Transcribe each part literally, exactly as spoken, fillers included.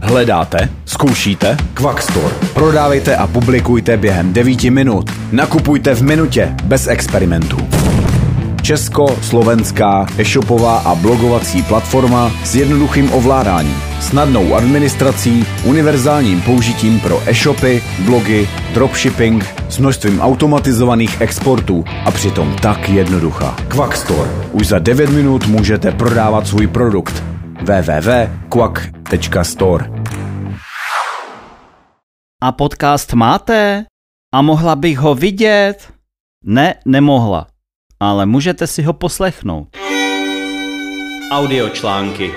Hledáte? Zkoušíte? Quackstore. Prodávejte a publikujte během devíti minut. Nakupujte v minutě, bez experimentů. Česko-slovenská e-shopová a blogovací platforma s jednoduchým ovládáním, snadnou administrací, univerzálním použitím pro e-shopy, blogy, dropshipping s množstvím automatizovaných exportů a přitom tak jednoduchá. Quackstore. Už za devět minut můžete prodávat svůj produkt. w w w tečka quack tečka store. A podcast máte? A mohla bych ho vidět? Ne, nemohla. Ale můžete si ho poslechnout. Audiočlánky.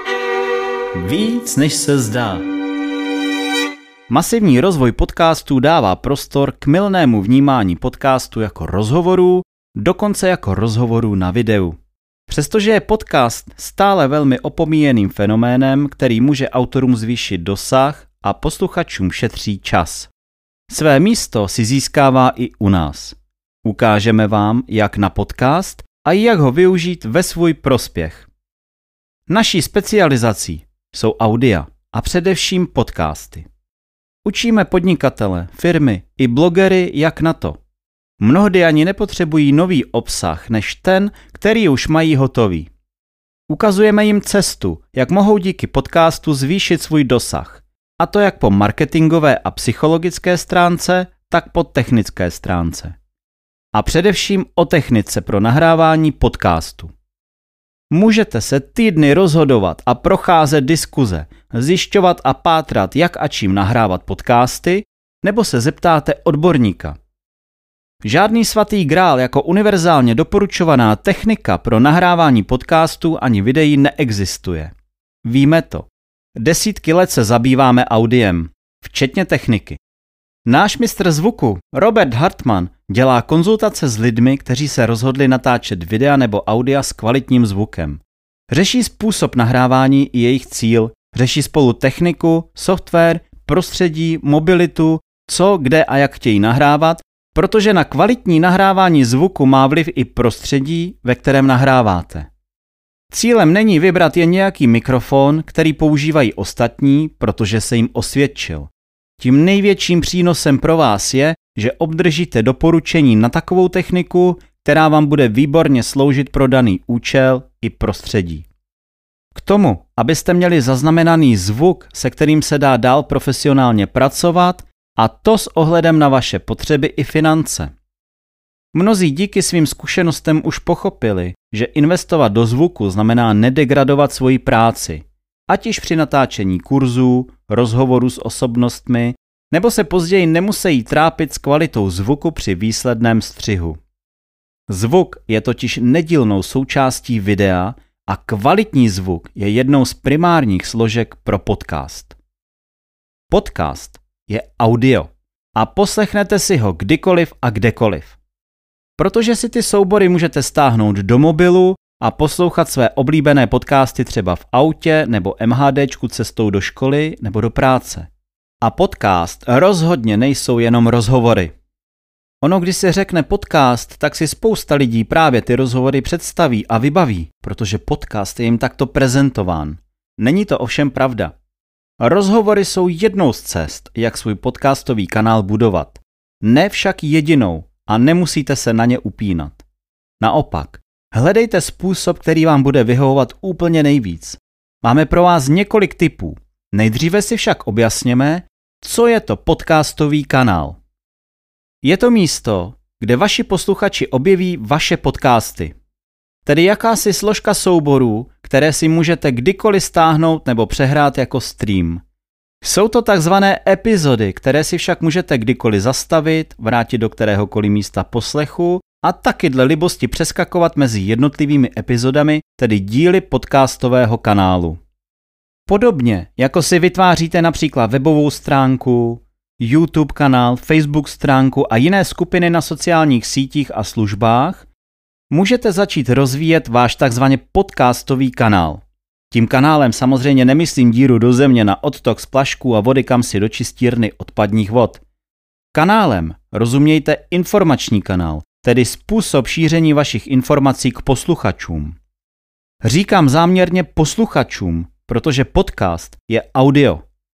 Víc než se zdá. Masivní rozvoj podcastů dává prostor k mylnému vnímání podcastu jako rozhovorů, dokonce jako rozhovorů na videu. Přestože je podcast stále velmi opomíjeným fenoménem, který může autorům zvýšit dosah a posluchačům šetří čas. Své místo si získává i u nás. Ukážeme vám, jak na podcast a jak ho využít ve svůj prospěch. Naší specializací jsou audia a především podcasty. Učíme podnikatele, firmy i blogery, jak na to. Mnohdy ani nepotřebují nový obsah než ten, který už mají hotový. Ukazujeme jim cestu, jak mohou díky podcastu zvýšit svůj dosah. A to jak po marketingové a psychologické stránce, tak po technické stránce. A především o technice pro nahrávání podcastu. Můžete se týdny rozhodovat a procházet diskuze, zjišťovat a pátrat, jak a čím nahrávat podcasty, nebo se zeptáte odborníka. Žádný svatý grál jako univerzálně doporučovaná technika pro nahrávání podcastů ani videí neexistuje. Víme to. Desítky let se zabýváme audiem, včetně techniky. Náš mistr zvuku, Robert Hartman, dělá konzultace s lidmi, kteří se rozhodli natáčet videa nebo audia s kvalitním zvukem. Řeší způsob nahrávání i jejich cíl, řeší spolu techniku, software, prostředí, mobilitu, co, kde a jak chtějí nahrávat, protože na kvalitní nahrávání zvuku má vliv i prostředí, ve kterém nahráváte. Cílem není vybrat jen nějaký mikrofon, který používají ostatní, protože se jim osvědčil. Tím největším přínosem pro vás je, že obdržíte doporučení na takovou techniku, která vám bude výborně sloužit pro daný účel i prostředí. K tomu, abyste měli zaznamenaný zvuk, se kterým se dá dál profesionálně pracovat, a to s ohledem na vaše potřeby i finance. Mnozí díky svým zkušenostem už pochopili, že investovat do zvuku znamená nedegradovat svoji práci, ať již při natáčení kurzů, rozhovorů s osobnostmi, nebo se později nemusí trápit s kvalitou zvuku při výsledném střihu. Zvuk je totiž nedílnou součástí videa a kvalitní zvuk je jednou z primárních složek pro podcast. Podcast je audio a poslechnete si ho kdykoliv a kdekoliv. Protože si ty soubory můžete stáhnout do mobilu a poslouchat své oblíbené podcasty třeba v autě nebo MHDčku cestou do školy nebo do práce. A podcast rozhodně nejsou jenom rozhovory. Ono, když se řekne podcast, tak si spousta lidí právě ty rozhovory představí a vybaví, protože podcast je jim takto prezentován. Není to ovšem pravda. Rozhovory jsou jednou z cest, jak svůj podcastový kanál budovat. Ne však jedinou a nemusíte se na ně upínat. Naopak, hledejte způsob, který vám bude vyhovovat úplně nejvíc. Máme pro vás několik tipů. Nejdříve si však objasněme, co je to podcastový kanál. Je to místo, kde vaši posluchači objeví vaše podcasty. Tedy jakási složka souborů, které si můžete kdykoliv stáhnout nebo přehrát jako stream. Jsou to takzvané epizody, které si však můžete kdykoliv zastavit, vrátit do kteréhokoliv místa poslechu a taky dle libosti přeskakovat mezi jednotlivými epizodami, tedy díly podcastového kanálu. Podobně, jako si vytváříte například webovou stránku, YouTube kanál, Facebook stránku a jiné skupiny na sociálních sítích a službách, můžete začít rozvíjet váš takzvaně podcastový kanál. Tím kanálem samozřejmě nemyslím díru do země na odtok splašků a vody kamsi do čistírny odpadních vod. Kanálem rozumějte informační kanál, tedy způsob šíření vašich informací k posluchačům. Říkám záměrně posluchačům, protože podcast je audio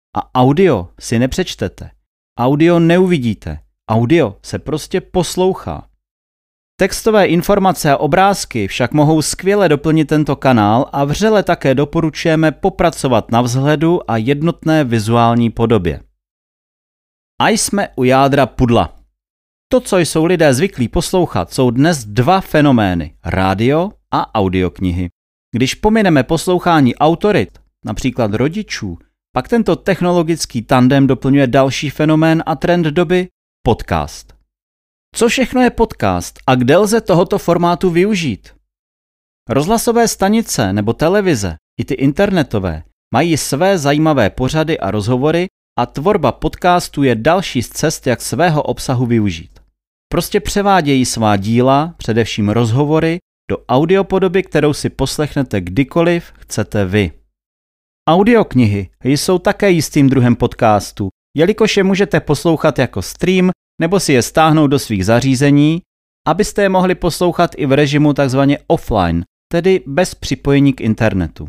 A audio si nepřečtete. Audio neuvidíte. Audio se prostě poslouchá. Textové informace a obrázky však mohou skvěle doplnit tento kanál a vřele také doporučujeme popracovat na vzhledu a jednotné vizuální podobě. A jsme u jádra pudla. To, co jsou lidé zvyklí poslouchat, jsou dnes dva fenomény – rádio a audioknihy. Když pomineme poslouchání autorit, například rodičů, pak tento technologický tandem doplňuje další fenomén a trend doby – podcast. Co všechno je podcast a kde lze tohoto formátu využít? Rozhlasové stanice nebo televize, i ty internetové, mají své zajímavé pořady a rozhovory a tvorba podcastu je další z cest, jak svého obsahu využít. Prostě převádějí svá díla, především rozhovory, do audiopodoby, kterou si poslechnete kdykoliv chcete vy. Audioknihy jsou také jistým druhem podcastu, jelikož je můžete poslouchat jako stream nebo si je stáhnout do svých zařízení, abyste je mohli poslouchat i v režimu takzvaně offline, tedy bez připojení k internetu.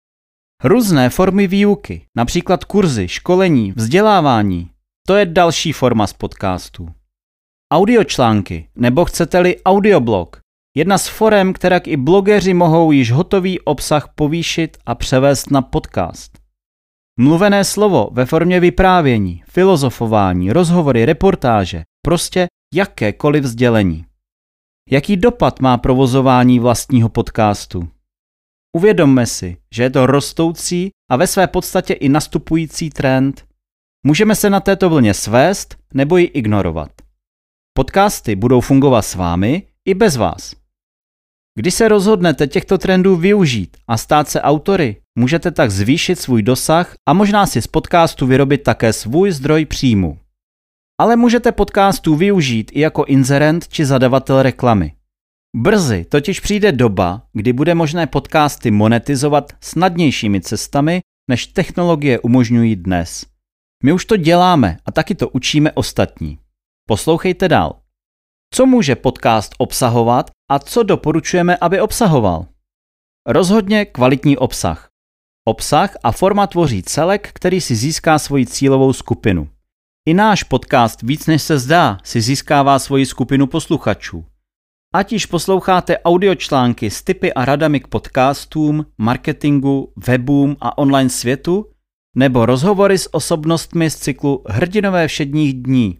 Různé formy výuky, například kurzy, školení, vzdělávání, to je další forma z podcastů. Audiočlánky, nebo chcete-li audioblog, jedna z forem, kterak i blogeři mohou již hotový obsah povýšit a převést na podcast. Mluvené slovo ve formě vyprávění, filozofování, rozhovory, reportáže, prostě jakékoliv sdělení. Jaký dopad má provozování vlastního podcastu? Uvědomme si, že je to rostoucí a ve své podstatě i nastupující trend. Můžeme se na této vlně svést nebo ji ignorovat. Podcasty budou fungovat s vámi i bez vás. Když se rozhodnete těchto trendů využít a stát se autory, můžete tak zvýšit svůj dosah a možná si z podcastu vyrobit také svůj zdroj příjmu. Ale můžete podcastů využít i jako inzerent či zadavatel reklamy. Brzy totiž přijde doba, kdy bude možné podcasty monetizovat snadnějšími cestami, než technologie umožňují dnes. My už to děláme a taky to učíme ostatní. Poslouchejte dál. Co může podcast obsahovat a co doporučujeme, aby obsahoval? Rozhodně kvalitní obsah. Obsah a forma tvoří celek, který si získá svoji cílovou skupinu. I náš podcast Víc než se zdá si získává svoji skupinu posluchačů. Ať již posloucháte audiočlánky s tipy a radami k podcastům, marketingu, webům a online světu, nebo rozhovory s osobnostmi z cyklu Hrdinové všedních dní.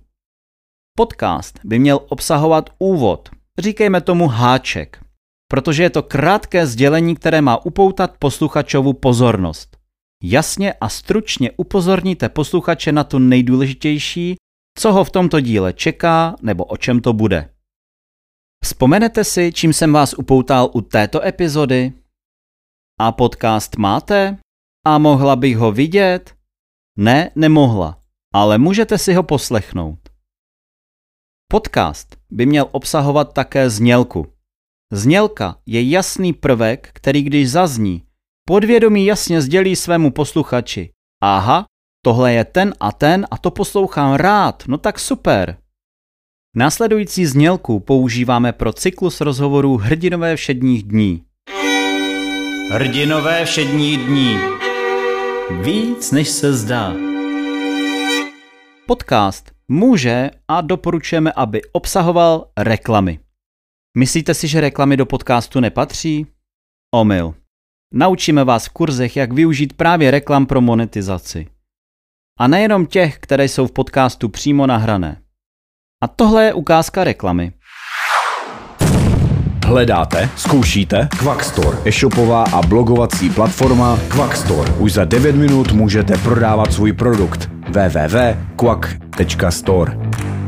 Podcast by měl obsahovat úvod, říkejme tomu háček, protože je to krátké sdělení, které má upoutat posluchačovu pozornost. Jasně a stručně upozorníte posluchače na to nejdůležitější, co ho v tomto díle čeká nebo o čem to bude. Vzpomenete si, čím jsem vás upoutal u této epizody? A podcast máte? A mohla bych ho vidět? Ne, nemohla, ale můžete si ho poslechnout. Podcast by měl obsahovat také znělku. Znělka je jasný prvek, který když zazní, podvědomí jasně sdělí svému posluchači. Aha, tohle je ten a ten a to poslouchám rád, no tak super. Následující znělku používáme pro cyklus rozhovorů Hrdinové všedních dní. Hrdinové všední dní. Víc než se zdá. Podcast může a doporučujeme, aby obsahoval reklamy. Myslíte si, že reklamy do podcastu nepatří? Omyl. Naučíme vás v kurzech, jak využít právě reklam pro monetizaci. A nejenom těch, které jsou v podcastu přímo nahrané. A tohle je ukázka reklamy. Hledáte, zkoušíte? Quackstore, e-shopová a blogovací platforma Quackstore. Už za devět minut můžete prodávat svůj produkt. w w w tečka quack tečka store.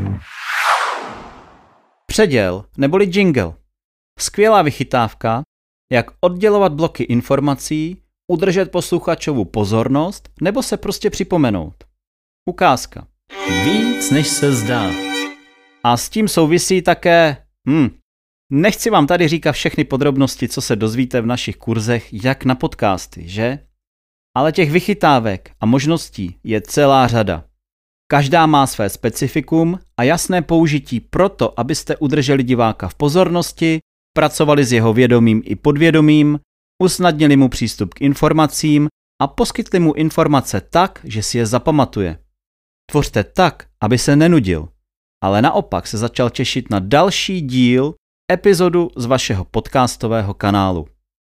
Předěl neboli jingle. Skvělá vychytávka, jak oddělovat bloky informací, udržet posluchačovu pozornost nebo se prostě připomenout. Ukázka. Víc než se zdá. A s tím souvisí také... Hm, nechci vám tady říkat všechny podrobnosti, co se dozvíte v našich kurzech, jak na podcasty, že? Ale těch vychytávek a možností je celá řada. Každá má své specifikum a jasné použití proto, abyste udrželi diváka v pozornosti, pracovali s jeho vědomím i podvědomím, usnadnili mu přístup k informacím a poskytli mu informace tak, že si je zapamatuje. Tvořte tak, aby se nenudil, ale naopak se začal těšit na další díl, epizodu z vašeho podcastového kanálu.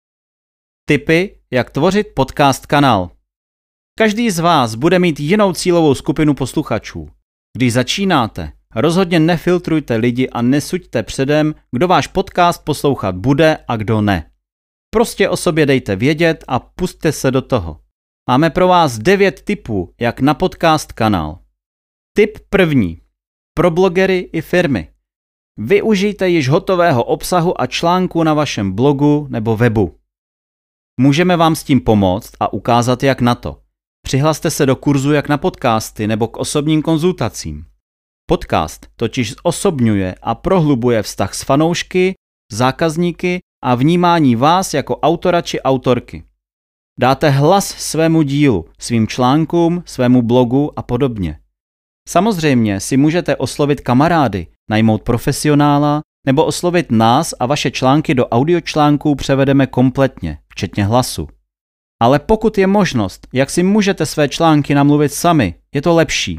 Tipy, jak tvořit podcast kanál. Každý z vás bude mít jinou cílovou skupinu posluchačů. Když začínáte, rozhodně nefiltrujte lidi a nesuďte předem, kdo váš podcast poslouchat bude a kdo ne. Prostě o sobě dejte vědět a pusťte se do toho. Máme pro vás devět tipů, jak na podcast kanál. Tip první. Pro blogery i firmy. Využijte již hotového obsahu a článku na vašem blogu nebo webu. Můžeme vám s tím pomoct a ukázat, jak na to. Přihlaste se do kurzu jak na podcasty nebo k osobním konzultacím. Podcast totiž zosobňuje a prohlubuje vztah s fanoušky, zákazníky a vnímání vás jako autora či autorky. Dáte hlas svému dílu, svým článkům, svému blogu a podobně. Samozřejmě si můžete oslovit kamarády, najmout profesionála nebo oslovit nás a vaše články do audiočlánků převedeme kompletně, včetně hlasu. Ale pokud je možnost, jak si můžete své články namluvit sami, je to lepší.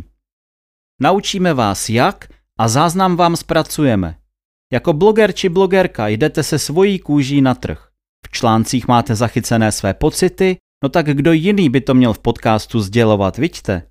Naučíme vás jak a záznam vám zpracujeme. Jako bloger či blogerka jdete se svojí kůží na trh. V článcích máte zachycené své pocity, no tak kdo jiný by to měl v podcastu sdělovat, viďte?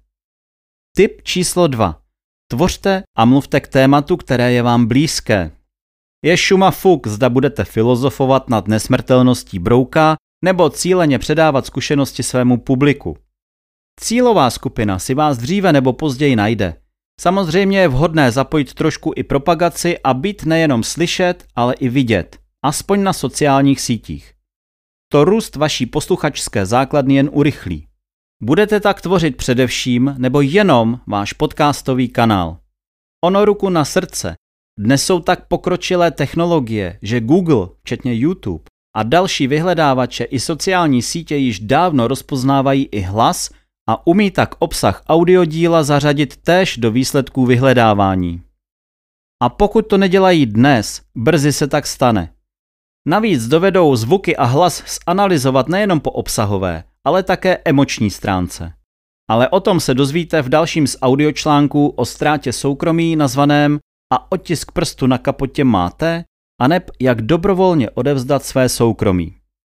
Tip číslo dva. Tvořte a mluvte k tématu, které je vám blízké. Je šuma fuk, zda budete filozofovat nad nesmrtelností brouka nebo cíleně předávat zkušenosti svému publiku. Cílová skupina si vás dříve nebo později najde. Samozřejmě je vhodné zapojit trošku i propagaci a být nejenom slyšet, ale i vidět, aspoň na sociálních sítích. To růst vaší posluchačské základny jen urychlí. Budete tak tvořit především nebo jenom váš podcastový kanál. Ono ruku na srdce. Dnes jsou tak pokročilé technologie, že Google, včetně YouTube, a další vyhledávače i sociální sítě již dávno rozpoznávají i hlas a umí tak obsah audiodíla zařadit též do výsledků vyhledávání. A pokud to nedělají dnes, brzy se tak stane. Navíc dovedou zvuky a hlas zanalyzovat nejenom po obsahové, ale také emoční stránce. Ale o tom se dozvíte v dalším z audiočlánků o ztrátě soukromí nazvaném A otisk prstu na kapotě máte? Aneb jak dobrovolně odevzdat své soukromí.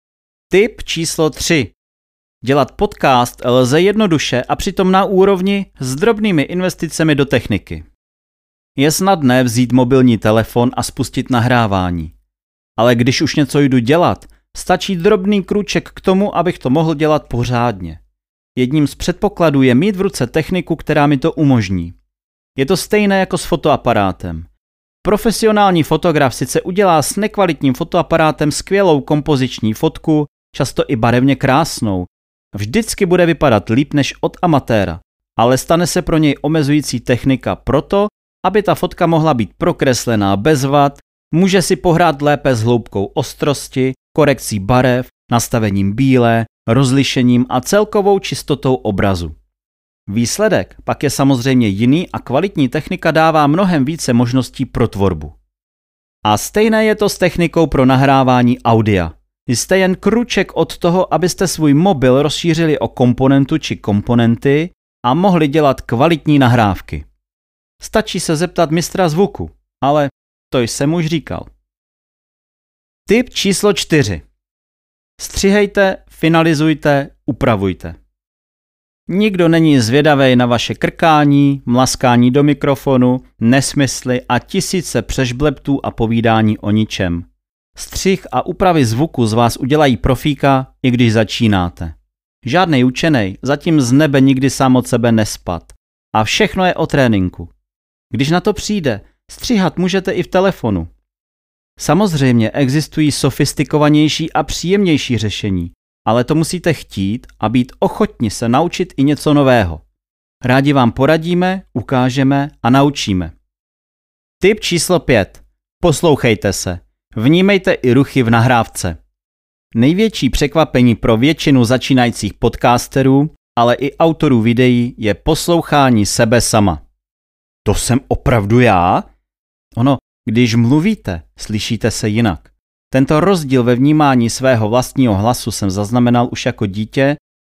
Tip číslo tři. Dělat podcast lze jednoduše a přitom na úrovni s drobnými investicemi do techniky. Je snadné vzít mobilní telefon a spustit nahrávání. Ale když už něco jdu dělat, stačí drobný krůček k tomu, abych to mohl dělat pořádně. Jedním z předpokladů je mít v ruce techniku, která mi to umožní. Je to stejné jako s fotoaparátem. Profesionální fotograf sice udělá s nekvalitním fotoaparátem skvělou kompoziční fotku, často i barevně krásnou. Vždycky bude vypadat líp než od amatéra, ale stane se pro něj omezující technika proto, aby ta fotka mohla být prokreslená bez vad, může si pohrát lépe s hloubkou ostrosti, korekcí barev, nastavením bílé, rozlišením a celkovou čistotou obrazu. Výsledek pak je samozřejmě jiný a kvalitní technika dává mnohem více možností pro tvorbu. A stejné je to s technikou pro nahrávání audia. Jste jen kruček od toho, abyste svůj mobil rozšířili o komponentu či komponenty a mohli dělat kvalitní nahrávky. Stačí se zeptat mistra zvuku, ale to jsem už říkal. Tip číslo čtyři. Střihejte, finalizujte, upravujte. Nikdo není zvědavej na vaše krkání, mlaskání do mikrofonu, nesmysly a tisíce přežblebtů a povídání o ničem. Střih a úpravy zvuku z vás udělají profíka, i když začínáte. Žádnej učenej zatím z nebe nikdy sám od sebe nespad. A všechno je o tréninku. Když na to přijde, stříhat můžete i v telefonu. Samozřejmě existují sofistikovanější a příjemnější řešení, ale to musíte chtít a být ochotni se naučit i něco nového. Rádi vám poradíme, ukážeme a naučíme. Tip číslo pět. Poslouchejte se. Vnímejte i ruchy v nahrávce. Největší překvapení pro většinu začínajících podcasterů, ale i autorů videí je poslouchání sebe sama. To jsem opravdu já? Ono, když mluvíte, slyšíte se jinak. Tento rozdíl ve vnímání svého vlastního hlasu jsem zaznamenal už jako dítě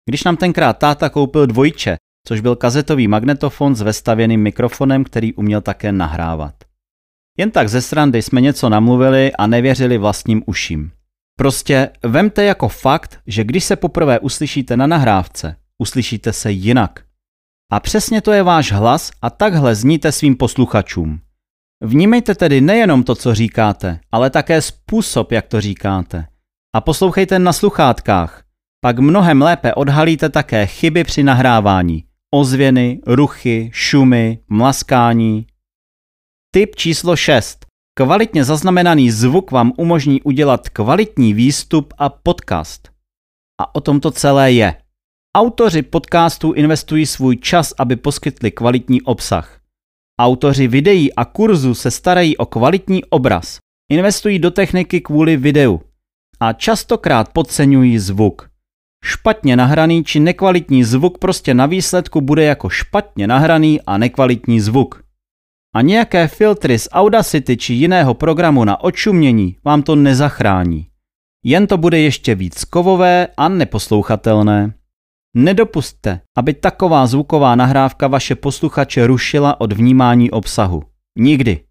Když nám tenkrát táta koupil dvojče, což byl kazetový magnetofon s vestavěným mikrofonem, který uměl také nahrávat. Jen tak ze srandy jsme něco namluvili a nevěřili vlastním uším. Prostě vemte jako fakt, že když se poprvé uslyšíte na nahrávce, uslyšíte se jinak. A přesně to je váš hlas a takhle zníte svým posluchačům. Vnímejte tedy nejenom to, co říkáte, ale také způsob, jak to říkáte. A poslouchejte na sluchátkách. Pak mnohem lépe odhalíte také chyby při nahrávání. Ozvěny, ruchy, šumy, mlaskání. Tip číslo šest. Kvalitně zaznamenaný zvuk vám umožní udělat kvalitní výstup a podcast. A o tom to celé je. Autoři podcastů investují svůj čas, aby poskytli kvalitní obsah. Autoři videí a kurzů se starají o kvalitní obraz. Investují do techniky kvůli videu. A častokrát podceňují zvuk. Špatně nahraný či nekvalitní zvuk prostě na výsledku bude jako špatně nahraný a nekvalitní zvuk. A nějaké filtry z Audacity či jiného programu na odšumění vám to nezachrání. Jen to bude ještě víc kovové a neposlouchatelné. Nedopusťte, aby taková zvuková nahrávka vaše posluchače rušila od vnímání obsahu. Nikdy.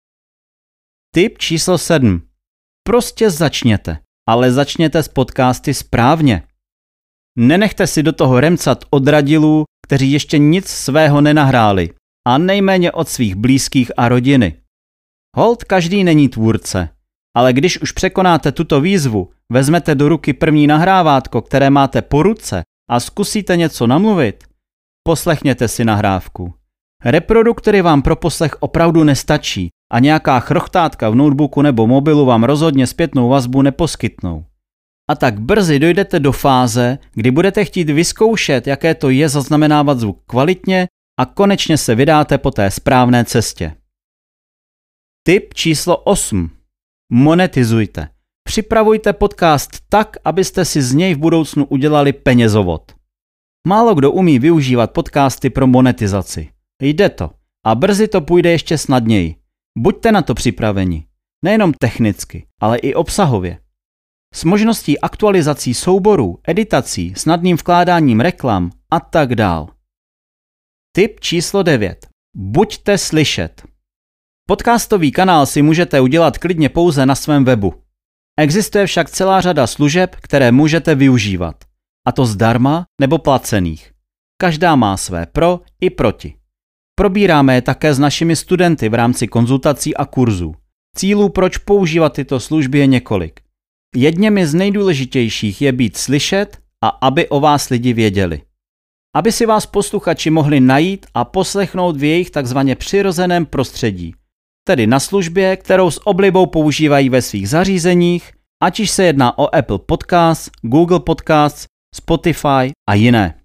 Tip číslo sedm. Prostě začněte, ale začněte s podcasty správně. Nenechte si do toho remcat od radilů, kteří ještě nic svého nenahráli, a nejméně od svých blízkých a rodiny. Holt každý není tvůrce, ale když už překonáte tuto výzvu, vezmete do ruky první nahrávátko, které máte po ruce a zkusíte něco namluvit, poslechněte si nahrávku. Reproduktory vám pro poslech opravdu nestačí a nějaká chrochtátka v notebooku nebo mobilu vám rozhodně zpětnou vazbu neposkytnou. A tak brzy dojdete do fáze, kdy budete chtít vyzkoušet, jaké to je zaznamenávat zvuk kvalitně a konečně se vydáte po té správné cestě. Tip číslo osm. Monetizujte. Připravujte podcast tak, abyste si z něj v budoucnu udělali penězovod. Málo kdo umí využívat podcasty pro monetizaci. Jde to. A brzy to půjde ještě snadněji. Buďte na to připraveni. Nejenom technicky, ale i obsahově. S možností aktualizací souborů, editací, snadným vkládáním reklam a tak dál. Tip číslo devět. Buďte slyšet. Podcastový kanál si můžete udělat klidně pouze na svém webu. Existuje však celá řada služeb, které můžete využívat. A to zdarma nebo placených. Každá má své pro i proti. Probíráme je také s našimi studenty v rámci konzultací a kurzů. Cílů, proč používat tyto služby, je několik. Jedněmi z nejdůležitějších je být slyšet a aby o vás lidi věděli. Aby si vás posluchači mohli najít a poslechnout v jejich takzvaně přirozeném prostředí, tedy na službě, kterou s oblibou používají ve svých zařízeních, ať již se jedná o Apple Podcasts, Google Podcasts, Spotify a jiné.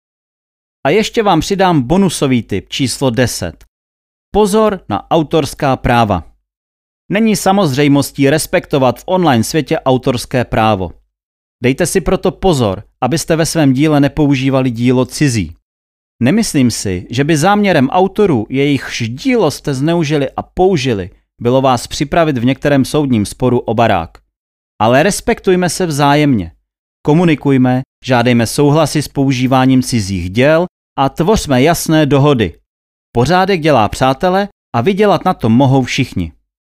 A ještě vám přidám bonusový tip číslo deset. Pozor na autorská práva. Není samozřejmostí respektovat v online světě autorské právo. Dejte si proto pozor, abyste ve svém díle nepoužívali dílo cizí. Nemyslím si, že by záměrem autorů, jejichž dílo jste zneužili a použili, bylo vás připravit v některém soudním sporu o barák. Ale respektujme se vzájemně. Komunikujme, žádejme souhlasy s používáním cizích děl a tvořme jasné dohody. Pořádek dělá přátele a vydělat na tom mohou všichni.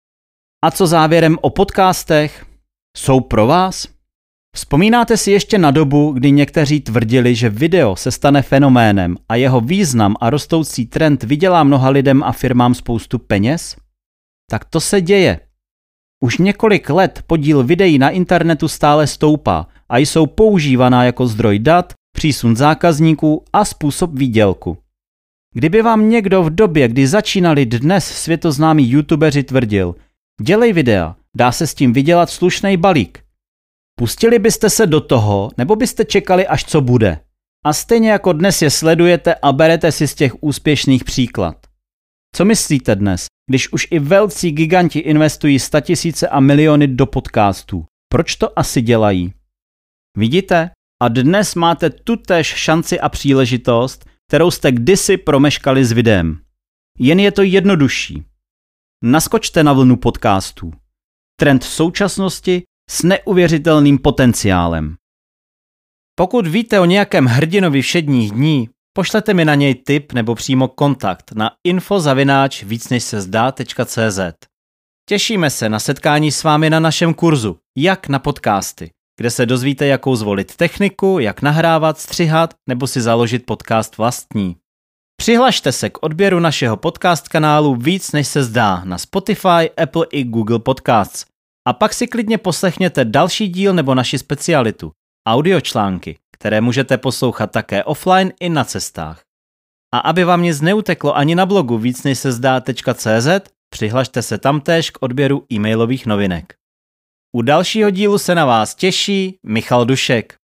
A co závěrem o podcastech? Jsou pro vás? Vzpomínáte si ještě na dobu, kdy někteří tvrdili, že video se stane fenoménem a jeho význam a rostoucí trend vydělá mnoha lidem a firmám spoustu peněz? Tak to se děje. Už několik let podíl videí na internetu stále stoupá a jsou používaná jako zdroj dat, přísun zákazníků a způsob výdělku. Kdyby vám někdo v době, kdy začínali dnes světoznámí youtubeři tvrdil, dělej videa, dá se s tím vydělat slušnej balík. Pustili byste se do toho, nebo byste čekali, až co bude? A stejně jako dnes je sledujete a berete si z těch úspěšných příklad. Co myslíte dnes, když už i velcí giganti investují statisíce a miliony do podcastů? Proč to asi dělají? Vidíte? A dnes máte tutéž šanci a příležitost, kterou jste kdysi promeškali s videem. Jen je to jednodušší. Naskočte na vlnu podcastů. Trend současnosti s neuvěřitelným potenciálem. Pokud víte o nějakém hrdinovi všedních dní, pošlete mi na něj tip nebo přímo kontakt na info zavináč víc než se zdá tečka cé zet. Těšíme se na setkání s vámi na našem kurzu Jak na podcasty, kde se dozvíte, jakou zvolit techniku, jak nahrávat, střihat nebo si založit podcast vlastní. Přihlašte se k odběru našeho podcast kanálu Víc než se zdá na Spotify, Apple i Google Podcasts. A pak si klidně poslechněte další díl nebo naši specialitu, audiočlánky, které můžete poslouchat také offline i na cestách. A aby vám nic neuteklo ani na blogu víc než se zdá tečka cé zet, přihlašte se tamtéž k odběru e-mailových novinek. U dalšího dílu se na vás těší Michal Dušek.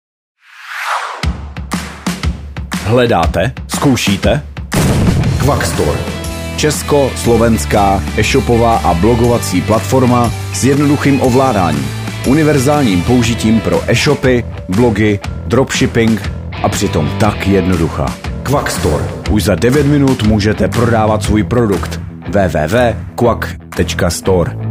Hledáte? Zkoušíte? Quackstore. Česko-slovenská e-shopová a blogovací platforma s jednoduchým ovládáním, univerzálním použitím pro e-shopy, blogy, dropshipping a přitom tak jednoduchá. Quackstore. Už za devět minut můžete prodávat svůj produkt. w w w tečka quack tečka store